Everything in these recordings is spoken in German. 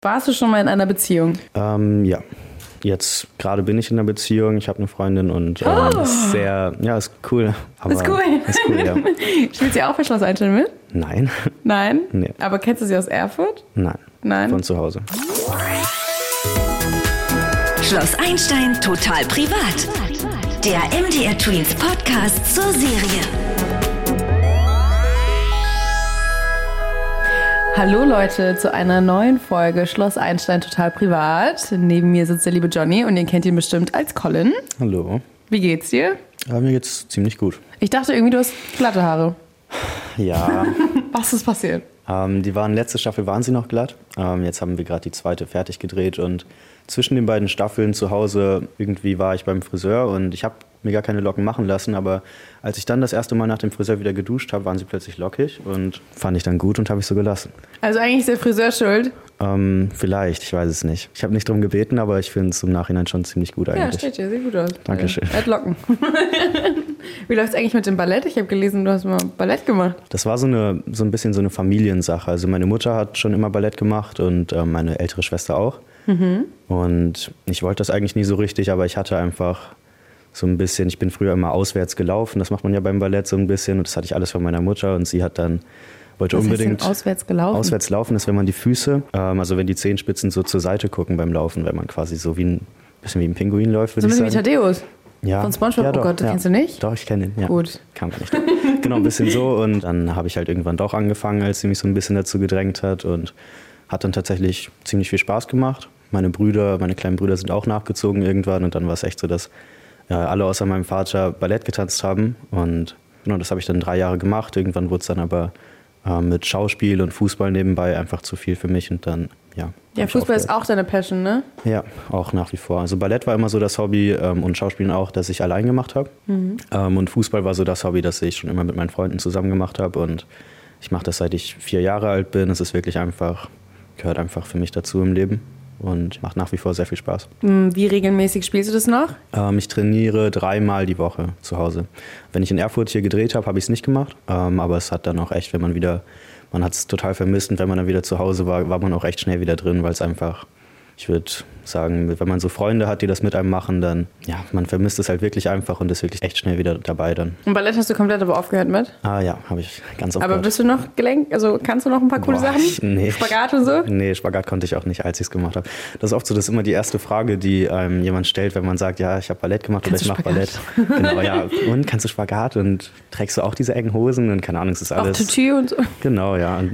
Warst du schon mal in einer Beziehung? Ja. Jetzt gerade bin ich in einer Beziehung. Ich habe eine Freundin und ist sehr, ja, ist cool. Aber ist cool. Ist cool, ja. Spielt sie auch bei Schloss Einstein mit? Nein. Nein? Nee. Aber kennst du sie aus Erfurt? Nein. Nein. Von zu Hause. Schloss Einstein total privat. Der MDR Tweens Podcast zur Serie. Hallo Leute zu einer neuen Folge Schloss Einstein total privat. Neben mir sitzt der liebe Johnny und ihr kennt ihn bestimmt als Colin. Hallo. Wie geht's dir? Mir geht's ziemlich gut. Ich dachte irgendwie, du hast glatte Haare. Ja. Was ist passiert? Letzte Staffel waren sie noch glatt. Jetzt haben wir gerade die zweite fertig gedreht und zwischen den beiden Staffeln zu Hause irgendwie war ich beim Friseur und ich habe mir gar keine Locken machen lassen, aber als ich dann das erste Mal nach dem Friseur wieder geduscht habe, waren sie plötzlich lockig und fand ich dann gut und habe ich so gelassen. Also eigentlich ist der Friseur schuld? Vielleicht, ich weiß es nicht. Ich habe nicht drum gebeten, aber ich finde es im Nachhinein schon ziemlich gut eigentlich. Ja, steht hier, sieht gut aus. Dankeschön. Er hat Locken. Wie läuft es eigentlich mit dem Ballett? Ich habe gelesen, du hast mal Ballett gemacht. Das war so ein bisschen so eine Familiensache. Also meine Mutter hat schon immer Ballett gemacht und meine ältere Schwester auch. Mhm. Und ich wollte das eigentlich nie so richtig, aber ich hatte einfach so ein bisschen, ich bin früher immer auswärts gelaufen, das macht man ja beim Ballett so ein bisschen und das hatte ich alles von meiner Mutter und sie hat dann, wollte Was unbedingt... heißt denn auswärts gelaufen? Auswärts laufen ist, wenn man die Füße, also wenn die Zehenspitzen so zur Seite gucken beim Laufen, wenn man quasi so bisschen wie ein Pinguin läuft, würde ich sagen. So ein bisschen wie Thaddeus? Ja. Von SpongeBob? Ja, doch, oh Gott, kennst du nicht? Doch, ich kenne ihn, ja. Gut. Kam gar nicht. Genau, ein bisschen so und dann habe ich halt irgendwann doch angefangen, als sie mich so ein bisschen dazu gedrängt hat und hat dann tatsächlich ziemlich viel Spaß gemacht. Meine kleinen Brüder sind auch nachgezogen irgendwann und dann war es echt so, dass alle außer meinem Vater Ballett getanzt haben und genau, das habe ich dann 3 Jahre gemacht. Irgendwann wurde es dann aber mit Schauspiel und Fußball nebenbei einfach zu viel für mich und dann, ja. Ja, Fußball ist auch deine Passion, ne? Ja, auch nach wie vor. Also Ballett war immer so das Hobby und Schauspielen auch, das ich allein gemacht habe. Mhm. Und Fußball war so das Hobby, das ich schon immer mit meinen Freunden zusammen gemacht habe und ich mache das, seit ich 4 Jahre alt bin. Es ist wirklich gehört einfach für mich dazu im Leben. Und macht nach wie vor sehr viel Spaß. Wie regelmäßig spielst du das noch? Ich trainiere 3-mal die Woche zu Hause. Wenn ich in Erfurt hier gedreht habe, habe ich es nicht gemacht. Aber es hat dann auch echt, man hat es total vermisst und wenn man dann wieder zu Hause war, war man auch echt schnell wieder drin, weil es einfach, ich würde sagen, wenn man so Freunde hat, die das mit einem machen, dann, ja, man vermisst es halt wirklich einfach und ist wirklich echt schnell wieder dabei dann. Und Ballett hast du komplett aber aufgehört mit? Ja, habe ich ganz aufgehört. Aber bist du noch gelenkt? Also kannst du noch ein paar coole Sachen? Nee. Spagat und so? Nee, Spagat konnte ich auch nicht, als ich es gemacht habe. Das ist oft so, das ist immer die erste Frage, die jemand stellt, wenn man sagt, ja, ich habe Ballett gemacht oder ich mache Ballett. Genau, ja. Und kannst du Spagat und trägst du auch diese engen Hosen und keine Ahnung, es ist alles... Auch Tutu und so? Genau, ja. Und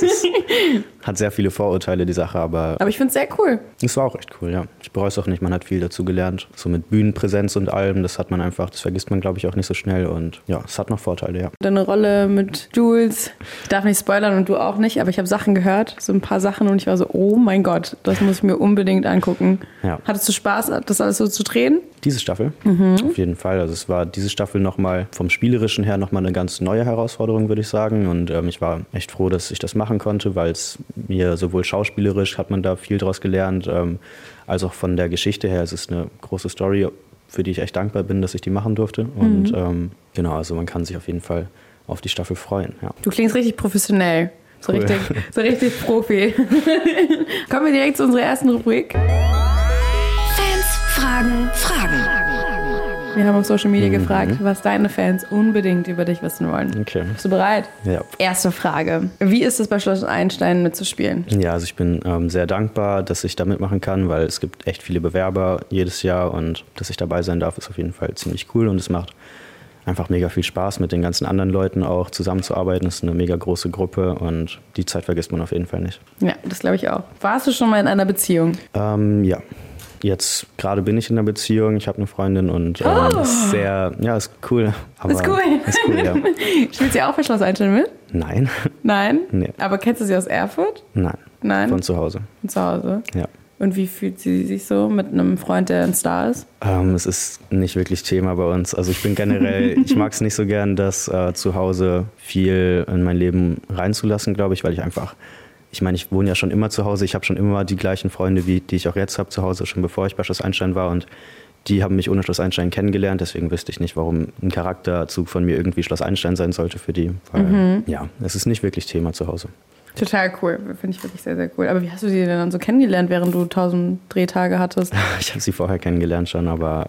hat sehr viele Vorurteile, die Sache, aber ich finde es sehr cool. Es war auch echt cool, ja. Ich bereue es auch nicht, man hat viel dazu gelernt. So mit Bühnenpräsenz und allem, das vergisst man, glaube ich, auch nicht so schnell und ja, es hat noch Vorteile, ja. Deine Rolle mit Jules, ich darf nicht spoilern und du auch nicht, aber ich habe Sachen gehört, so ein paar Sachen und ich war so, oh mein Gott, das muss ich mir unbedingt angucken. Ja. Hattest du Spaß, das alles so zu drehen? Diese Staffel? Auf jeden Fall. Also es war diese Staffel nochmal vom Spielerischen her nochmal eine ganz neue Herausforderung, würde ich sagen. Und ich war echt froh, dass ich das machen konnte, weil es mir sowohl schauspielerisch hat man da viel draus gelernt, als auch von der Geschichte her. Es ist eine große Story, für die ich echt dankbar bin, dass ich die machen durfte. Und genau, also man kann sich auf jeden Fall auf die Staffel freuen. Ja. Du klingst richtig professionell. So, cool. richtig Profi. Kommen wir direkt zu unserer ersten Rubrik. Fragen. Wir haben auf Social Media gefragt, was deine Fans unbedingt über dich wissen wollen. Okay. Bist du bereit? Ja. Erste Frage. Wie ist es bei Schloss Einstein mitzuspielen? Ja, also ich bin sehr dankbar, dass ich da mitmachen kann, weil es gibt echt viele Bewerber jedes Jahr und dass ich dabei sein darf, ist auf jeden Fall ziemlich cool und es macht einfach mega viel Spaß, mit den ganzen anderen Leuten auch zusammenzuarbeiten. Es ist eine mega große Gruppe und die Zeit vergisst man auf jeden Fall nicht. Ja, das glaube ich auch. Warst du schon mal in einer Beziehung? Ja. Jetzt gerade bin ich in einer Beziehung, ich habe eine Freundin und ist cool. Aber ist cool, ja. Spielt sie auch bei Schloss Einstein mit? Nein. Nein? Nee. Aber kennst du sie aus Erfurt? Nein. Von zu Hause. Von zu Hause? Ja. Und wie fühlt sie sich so mit einem Freund, der ein Star ist? Es ist nicht wirklich Thema bei uns. Also ich bin generell, ich mag es nicht so gern, das zu Hause viel in mein Leben reinzulassen, glaube ich, weil ich wohne ja schon immer zu Hause. Ich habe schon immer die gleichen Freunde, die ich auch jetzt habe zu Hause, schon bevor ich bei Schloss Einstein war. Und die haben mich ohne Schloss Einstein kennengelernt. Deswegen wüsste ich nicht, warum ein Charakterzug von mir irgendwie Schloss Einstein sein sollte für die. Weil, ja, es ist nicht wirklich Thema zu Hause. Total cool, finde ich wirklich sehr, sehr cool. Aber wie hast du sie denn dann so kennengelernt, während du 1000 Drehtage hattest? Ich habe sie vorher kennengelernt schon, aber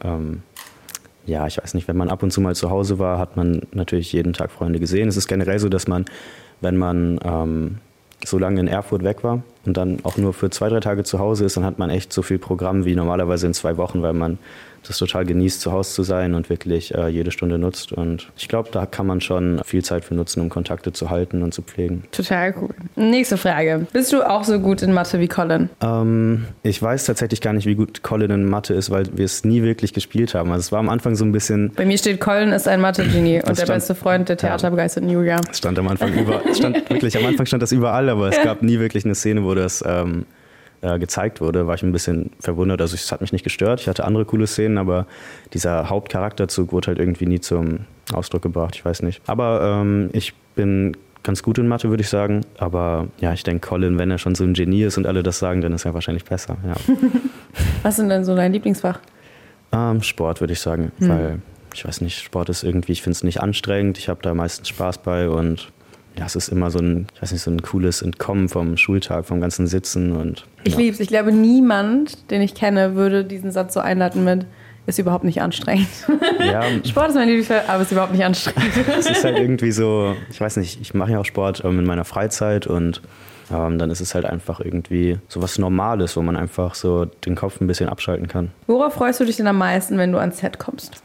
ja, ich weiß nicht, wenn man ab und zu mal zu Hause war, hat man natürlich jeden Tag Freunde gesehen. Es ist generell so, dass man, wenn man so lange in Erfurt weg war und dann auch nur für 2-3 Tage zu Hause ist, dann hat man echt so viel Programm wie normalerweise in 2 Wochen, weil man das total genießt, zu Hause zu sein und wirklich jede Stunde nutzt. Und ich glaube, da kann man schon viel Zeit für nutzen, um Kontakte zu halten und zu pflegen. Total cool. Nächste Frage. Bist du auch so gut in Mathe wie Colin? Ich weiß tatsächlich gar nicht, wie gut Colin in Mathe ist, weil wir es nie wirklich gespielt haben. Also es war am Anfang so ein bisschen... Bei mir steht, Colin ist ein Mathe-Genie und der beste Freund der theaterbegeisterten Julia. Es stand am Anfang am Anfang stand das überall, aber es gab nie wirklich eine Szene, wo das gezeigt wurde, war ich ein bisschen verwundert. Also es hat mich nicht gestört, ich hatte andere coole Szenen, aber dieser Hauptcharakterzug wurde halt irgendwie nie zum Ausdruck gebracht, ich weiß nicht. Aber ich bin ganz gut in Mathe, würde ich sagen. Aber ja, ich denke, Colin, wenn er schon so ein Genie ist und alle das sagen, dann ist er wahrscheinlich besser. Ja. Was ist denn so dein Lieblingsfach? Sport, würde ich sagen, weil ich weiß nicht, Sport ist irgendwie, ich finde es nicht anstrengend, ich habe da meistens Spaß bei und ja, es ist immer so ein cooles Entkommen vom Schultag, vom ganzen Sitzen. Und ich lieb's. Ich glaube, niemand, den ich kenne, würde diesen Satz so einleiten mit, ist überhaupt nicht anstrengend. Ja. Sport ist mein Lieblingsfach, aber ist überhaupt nicht anstrengend. Es ist halt irgendwie so, ich weiß nicht, ich mache ja auch Sport in meiner Freizeit und dann ist es halt einfach irgendwie so was Normales, wo man einfach so den Kopf ein bisschen abschalten kann. Worauf freust du dich denn am meisten, wenn du ans Set kommst?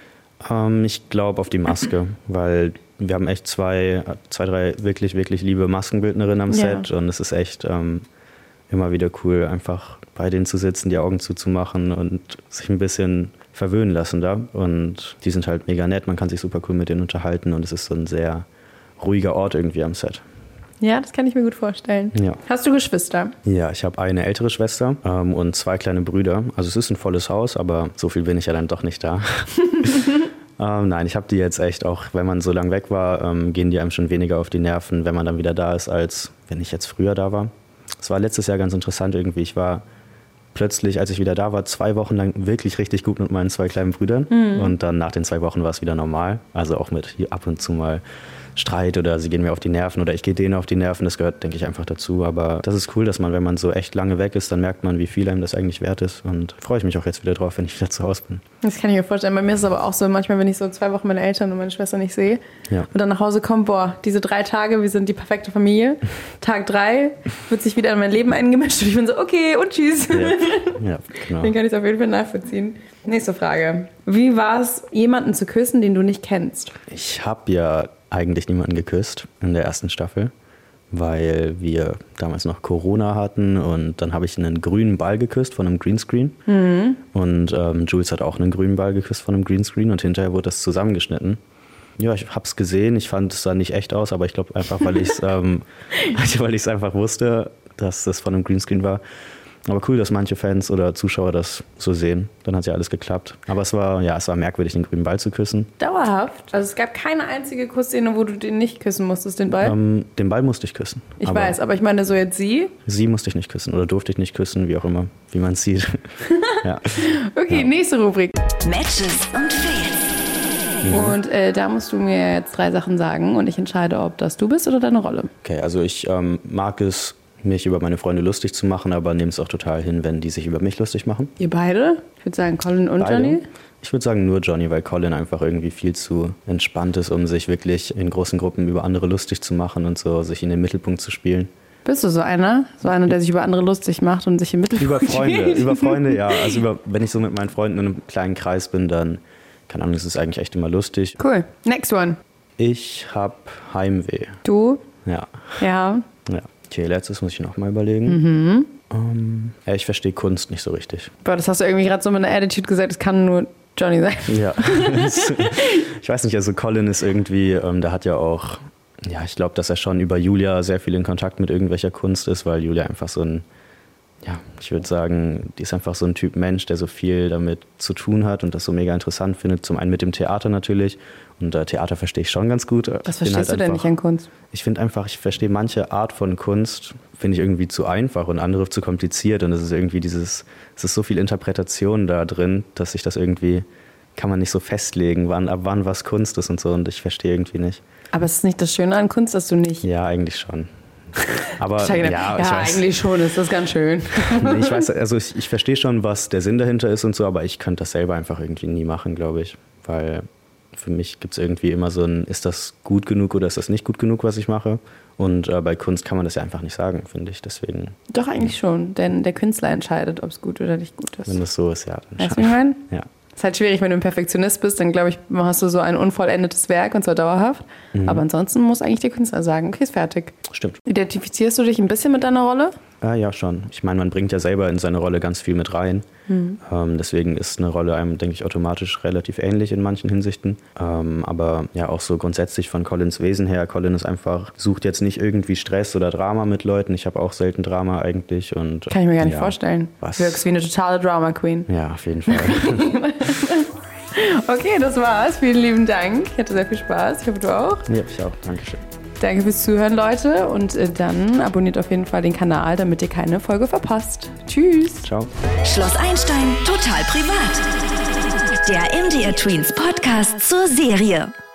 Ich glaube auf die Maske, weil wir haben echt 2, 3 wirklich, wirklich liebe Maskenbildnerinnen am Set und es ist echt immer wieder cool, einfach bei denen zu sitzen, die Augen zuzumachen und sich ein bisschen verwöhnen lassen da. Und die sind halt mega nett, man kann sich super cool mit denen unterhalten und es ist so ein sehr ruhiger Ort irgendwie am Set. Ja, das kann ich mir gut vorstellen. Ja. Hast du Geschwister? Ja, ich habe eine ältere Schwester und 2 kleine Brüder. Also es ist ein volles Haus, aber so viel bin ich ja dann doch nicht da. Nein, ich habe die jetzt echt auch, wenn man so lange weg war, gehen die einem schon weniger auf die Nerven, wenn man dann wieder da ist, als wenn ich jetzt früher da war. Es war letztes Jahr ganz interessant irgendwie. Ich war plötzlich, als ich wieder da war, 2 Wochen lang wirklich richtig gut mit meinen 2 kleinen Brüdern. Und dann nach den 2 Wochen war es wieder normal. Also auch mit hier ab und zu mal Streit oder sie gehen mir auf die Nerven oder ich gehe denen auf die Nerven. Das gehört, denke ich, einfach dazu. Aber das ist cool, dass man, wenn man so echt lange weg ist, dann merkt man, wie viel einem das eigentlich wert ist. Und freue ich mich auch jetzt wieder drauf, wenn ich wieder zu Hause bin. Das kann ich mir vorstellen. Bei mir ist es aber auch so, manchmal, wenn ich so 2 Wochen meine Eltern und meine Schwester nicht sehe und dann nach Hause komme, diese 3 Tage, wir sind die perfekte Familie. Tag 3 wird sich wieder in mein Leben eingemischt und ich bin so, okay, und tschüss. Ja, genau. Den kann ich auf jeden Fall nachvollziehen. Nächste Frage. Wie war es, jemanden zu küssen, den du nicht kennst? Ich habe ja eigentlich niemanden geküsst in der ersten Staffel, weil wir damals noch Corona hatten und dann habe ich einen grünen Ball geküsst von einem Greenscreen und Jules hat auch einen grünen Ball geküsst von einem Greenscreen und hinterher wurde das zusammengeschnitten. Ja, ich habe es gesehen, ich fand es sah nicht echt aus, aber ich glaube einfach, weil ich es einfach wusste, dass das von einem Greenscreen war. Aber cool, dass manche Fans oder Zuschauer das so sehen. Dann hat ja alles geklappt. Aber es war merkwürdig, den grünen Ball zu küssen. Dauerhaft? Also es gab keine einzige Kussszene, wo du den nicht küssen musstest, den Ball? Den Ball musste ich küssen. Ich weiß, aber ich meine so jetzt sie? Sie musste ich nicht küssen oder durfte ich nicht küssen, wie auch immer, wie man es sieht. Ja. Okay, nächste Rubrik. Matches und Fails. Und da musst du mir jetzt 3 Sachen sagen und ich entscheide, ob das du bist oder deine Rolle. Okay, also ich mag es, mich über meine Freunde lustig zu machen, aber nehme es auch total hin, wenn die sich über mich lustig machen. Ihr beide? Ich würde sagen Colin und Johnny. Ich würde sagen nur Johnny, weil Colin einfach irgendwie viel zu entspannt ist, um sich wirklich in großen Gruppen über andere lustig zu machen und so sich in den Mittelpunkt zu spielen. Bist du so einer? So einer, der sich über andere lustig macht und sich im Mittelpunkt spielt? Über Freunde, ja. Also wenn ich so mit meinen Freunden in einem kleinen Kreis bin, dann, keine Ahnung, ist es eigentlich echt immer lustig. Cool. Next one. Ich habe Heimweh. Du? Ja. Ja. Ja. Okay, letztes muss ich noch mal überlegen. Ich verstehe Kunst nicht so richtig. Boah, das hast du irgendwie gerade so mit einer Attitude gesagt, es kann nur Johnny sein. Ja. Ich weiß nicht, also Colin ist irgendwie, der hat ja auch, ja, ich glaube, dass er schon über Julia sehr viel in Kontakt mit irgendwelcher Kunst ist, weil Julia einfach so ein, ja, ich würde sagen, die ist einfach so ein Typ Mensch, der so viel damit zu tun hat und das so mega interessant findet. Zum einen mit dem Theater natürlich. Und Theater verstehe ich schon ganz gut. Was verstehst du denn nicht an Kunst? Ich finde einfach, ich verstehe manche Art von Kunst, finde ich irgendwie zu einfach und andere zu kompliziert. Und es ist irgendwie es ist so viel Interpretation da drin, dass sich das irgendwie, kann man nicht so festlegen, ab wann was Kunst ist und so. Und ich verstehe irgendwie nicht. Aber ist es nicht das Schöne an Kunst, dass du nicht... Ja, eigentlich schon. Aber ich weiß. Eigentlich schon, ist das ganz schön. Nee, ich weiß, also ich verstehe schon, was der Sinn dahinter ist und so, aber ich könnte das selber einfach irgendwie nie machen, glaube ich. Weil für mich gibt es irgendwie immer so ein, ist das gut genug oder ist das nicht gut genug, was ich mache? Und bei Kunst kann man das ja einfach nicht sagen, finde ich. Deswegen. Doch, eigentlich schon, denn der Künstler entscheidet, ob es gut oder nicht gut ist. Wenn das so ist, ja. Weißt du, wie ich meine? Ja. Ist halt schwierig, wenn du ein Perfektionist bist, dann glaube ich, hast du so ein unvollendetes Werk und zwar dauerhaft. Aber ansonsten muss eigentlich der Künstler sagen, okay, ist fertig. Stimmt. Identifizierst du dich ein bisschen mit deiner Rolle? Ja, schon. Ich meine, man bringt ja selber in seine Rolle ganz viel mit rein. Deswegen ist eine Rolle einem, denke ich, automatisch relativ ähnlich in manchen Hinsichten. Aber ja, auch so grundsätzlich von Collins Wesen her. Colin ist einfach, sucht jetzt nicht irgendwie Stress oder Drama mit Leuten. Ich habe auch selten Drama eigentlich. Und, kann ich mir gar nicht vorstellen. Du wirkst wie eine totale Drama Queen. Ja, auf jeden Fall. Okay, das war's. Vielen lieben Dank. Ich hatte sehr viel Spaß. Ich hoffe, du auch. Ja, ich auch. Dankeschön. Danke fürs Zuhören, Leute. Und dann abonniert auf jeden Fall den Kanal, damit ihr keine Folge verpasst. Tschüss. Ciao. Schloss Einstein total privat. Der MDR Tweens Podcast zur Serie.